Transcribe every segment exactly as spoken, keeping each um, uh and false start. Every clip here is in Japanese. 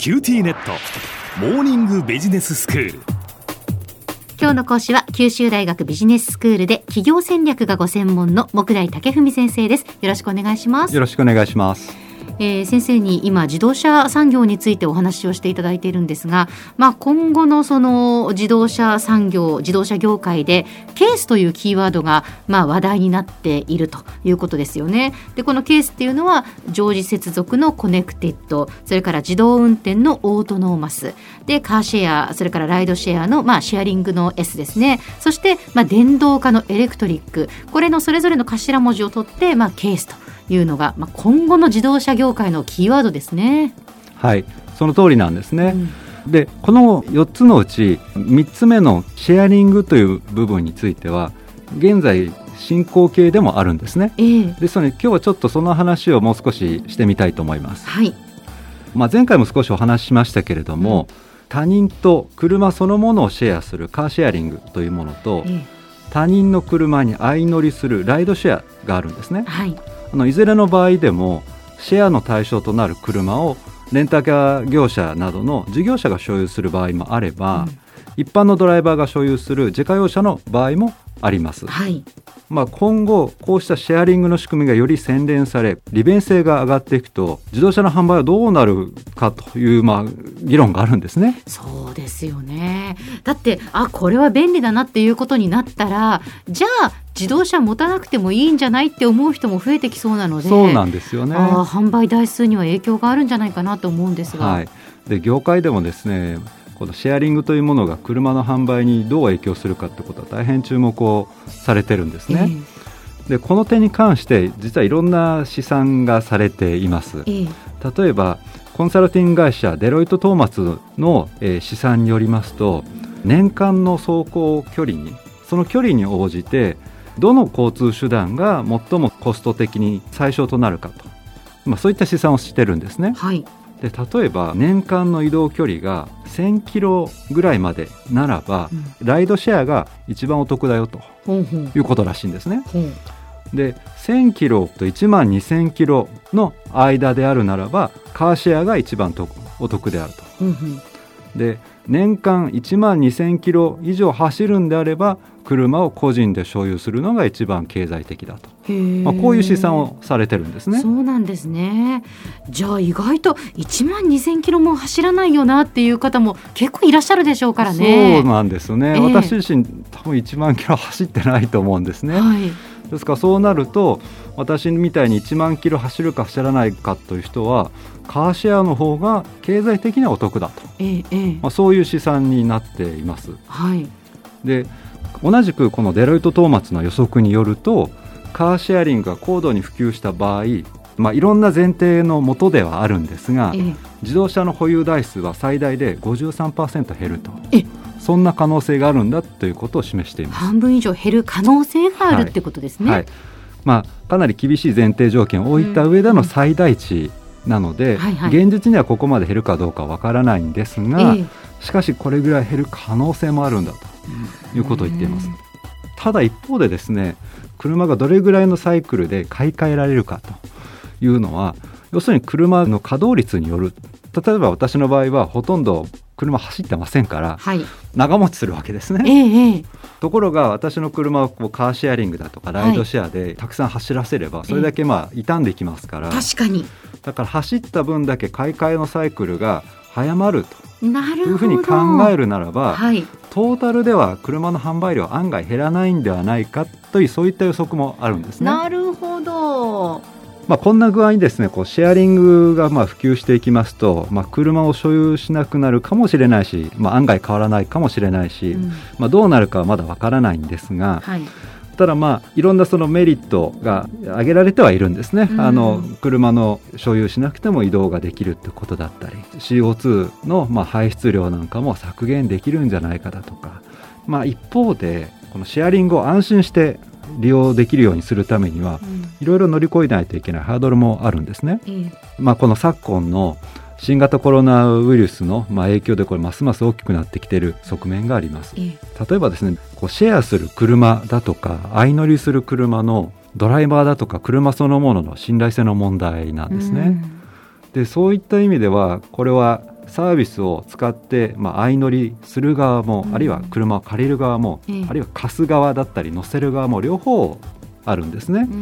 キューティーネットモーニングビジネススクール。 今日の講師は九州大学ビジネススクールで企業戦略がご専門の杢代武文先生です。よろしくお願いします。 よろしくお願いします。 えー、先生に今自動車産業についてお話をしていただいているんですが、まあ、今後のその自動車産業自動車業界でケースというキーワードがまあ話題になっているということですよね。でこのケースっていうのは常時接続のコネクテッド、それから自動運転のオートノーマスでカーシェア、それからライドシェアのまあシェアリングの S ですね。そしてまあ電動化のエレクトリック、これのそれぞれの頭文字を取ってまあケースというのが、まあ、今後の自動車業界のキーワードですね。 はい、その通りなんですね、うん、でこのよっつのうちみっつめのシェアリングという部分については現在進行形でもあるんですね、えー、ですので今日はちょっとその話をもう少ししてみたいと思います、はいまあ、前回も少しお話ししましたけれども、うん、他人と車そのものをシェアするカーシェアリングというものと、えー、他人の車に相乗りするライドシェアがあるんですね、はいあのいずれの場合でもシェアの対象となる車をレンタカー業者などの事業者が所有する場合もあれば、うん、一般のドライバーが所有する自家用車の場合もあります、はいまあ、今後こうしたシェアリングの仕組みがより洗練され利便性が上がっていくと自動車の販売はどうなるかという、まあ、議論があるんですね。 そうですよね。だってあこれは便利だなっていうことになったらじゃあ自動車持たなくてもいいんじゃないって思う人も増えてきそうなのでそうなんですよね。 あ販売台数には影響があるんじゃないかなと思うんですが、 はい、で業界でもですねこのシェアリングというものが車の販売にどう影響するかということは大変注目をされてるんですね、えー、でこの点に関して実はいろんな試算がされています、えー、例えばコンサルティング会社デロイト・トーマツの、えー、試算によりますと年間の走行距離にその距離に応じてどの交通手段が最もコスト的に最小となるかと、まあ、そういった試算をしてるんですね、はいで例えば年間の移動距離がせんキロぐらいまでならば、うん、ライドシェアが一番お得だよということらしいんですね、うん、でせんキロといちまんにせんキロの間であるならばカーシェアが一番お得であると、うん、で年間いちまんにせんキロ以上走るんであれば車を個人で所有するのが一番経済的だと、まあ、こういう試算をされてるんですね。 そうなんですね。じゃあ意外といちまんにせんキロも走らないよなっていう方も結構いらっしゃるでしょうからね。 そうなんですね、えー、私自身多分いちまんキロ走ってないと思うんですね、はい、ですからそうなると私みたいにいちまんキロ走るか走らないかという人はカーシェアの方が経済的にはお得だと、えーえーまあ、そういう試算になっています、はい、で同じくこのデロイト・トーマツの予測によるとカーシェアリングが高度に普及した場合、まあ、いろんな前提のもとではあるんですが、ええ、自動車の保有台数は最大で ごじゅうさんパーセント 減るとえそんな可能性があるんだということを示しています。 半分以上減る可能性があるってことですね、はいはいまあ、かなり厳しい前提条件を置いた上での最大値なので、うんはいはい、現実にはここまで減るかどうかわからないんですが、え、しかしこれぐらい減る可能性もあるんだということを言っています。ただ一方でですね車がどれぐらいのサイクルで買い替えられるかというのは要するに車の稼働率による。例えば私の場合はほとんど車走ってませんから、はい、長持ちするわけですね、ええ、ところが私の車をこうカーシェアリングだとかライドシェアでたくさん走らせれば、はい、それだけまあ傷んできますから、 確かにだから走った分だけ買い替えのサイクルが早まるとなるほどいうふうに考えるならば、はい、トータルでは車の販売量は案外減らないんではないかというそういった予測もあるんですね。 なるほど、 まあ、こんな具合にですねこうシェアリングがまあ普及していきますと、まあ、車を所有しなくなるかもしれないし、まあ、案外変わらないかもしれないし、うんまあ、どうなるかはまだわからないんですが、はいただまあいろんなそのメリットが挙げられてはいるんですね、うん、あの車の所有しなくても移動ができるってことだったり シーオーツー のまあ排出量なんかも削減できるんじゃないかだとか、まあ、一方でこのシェアリングを安心して利用できるようにするためにはいろいろ乗り越えないといけないハードルもあるんですね、うんまあ、この昨今の新型コロナウイルスのまあ影響でこれますます大きくなってきている側面があります。例えばですねこうシェアする車だとか相乗りする車のドライバーだとか車そのものの信頼性の問題なんですね。でそういった意味ではこれはサービスを使って、まあ、相乗りする側も、うん、あるいは車を借りる側も、ええ、あるいは貸す側だったり乗せる側も両方あるんですね。うん、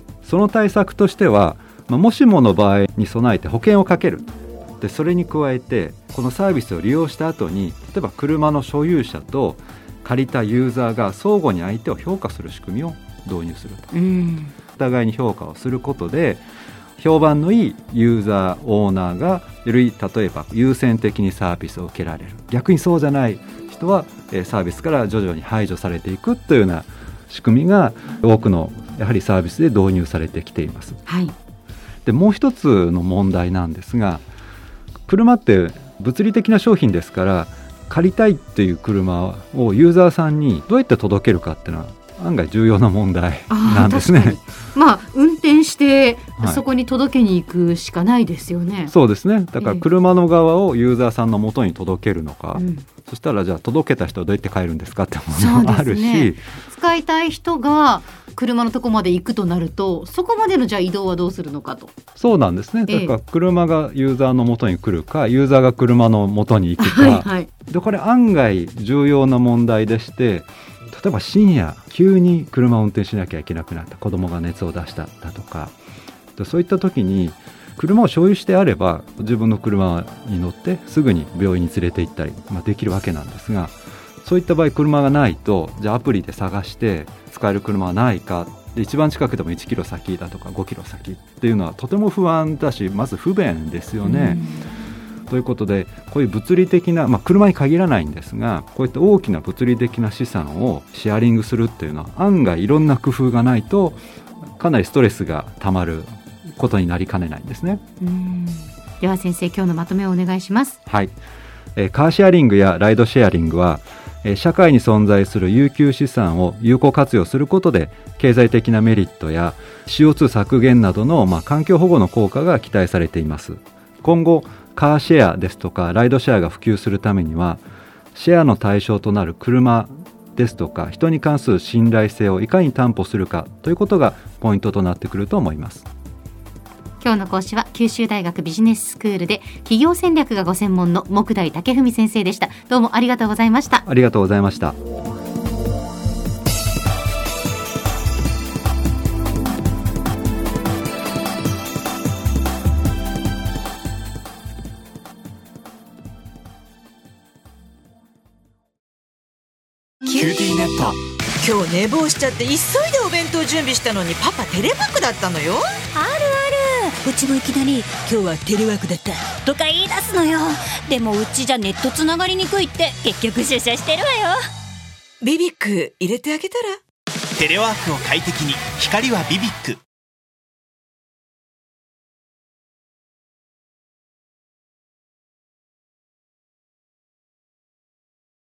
その対策としては、まあ、もしもの場合に備えて保険をかける。でそれに加えてこのサービスを利用した後に、例えば車の所有者と借りたユーザーが相互に相手を評価する仕組みを導入すると、うん、お互いに評価をすることで評判のいいユーザーオーナーがより例えば優先的にサービスを受けられる、逆にそうじゃない人はサービスから徐々に排除されていくというような仕組みが多くのやはりサービスで導入されてきています。はい、でもう一つの問題なんですが、車って物理的な商品ですから、借りたいっていう車をユーザーさんにどうやって届けるかっていうのは案外重要な問題なんですね。 まあ、運転してそこに届けに行くしかないですよね。はい、 そうですね。だから車の側をユーザーさんの元に届けるのか、うん、そしたらじゃあ届けた人はどうやって帰るんですかってものもあるし、ね、 使いたい人が車のとこまで行くとなると、そこまでのじゃあ移動はどうするのかと。 そうなんですね。だから車がユーザーの元に来るか、ユーザーが車の元に行くか、はいはい、でこれ案外重要な問題でして、例えば深夜急に車を運転しなきゃいけなくなった、子供が熱を出しただとか、そういった時に車を所有してあれば自分の車に乗ってすぐに病院に連れて行ったり、まあ、できるわけなんですが、そういった場合車がないと、じゃあアプリで探して使える車はないか、で一番近くでもいちキロ先だとかごキロ先っていうのはとても不安だし、まず不便ですよね。ということで、こういう物理的な、まあ、車に限らないんですが、こういった大きな物理的な資産をシェアリングするっていうのは案外いろんな工夫がないとかなりストレスがたまることになりかねないんですね。 うん、では先生、今日のまとめをお願いします。 はい、えー、カーシェアリングやライドシェアリングは、えー、社会に存在する有給資産を有効活用することで経済的なメリットや シーオーツー 削減などの、まあ、環境保護の効果が期待されています。今後カーシェアですとかライドシェアが普及するためには、シェアの対象となる車ですとか人に関する信頼性をいかに担保するかということがポイントとなってくると思います。 今日の講師は九州大学ビジネススクールで企業戦略がご専門の杢代武文先生でした。どうもありがとうございました。 ありがとうございました。 キューティーネット。 今日寝坊しちゃって急いでお弁当準備したのにパパテレワークだったのよ。あるある、うちもいきなり今日はテレワークだったとか言い出すのよ。でもうちじゃネットつながりにくいって結局出社してるわよ。 ビビック入れてあげたら。 テレワークを快適に、光はビビック。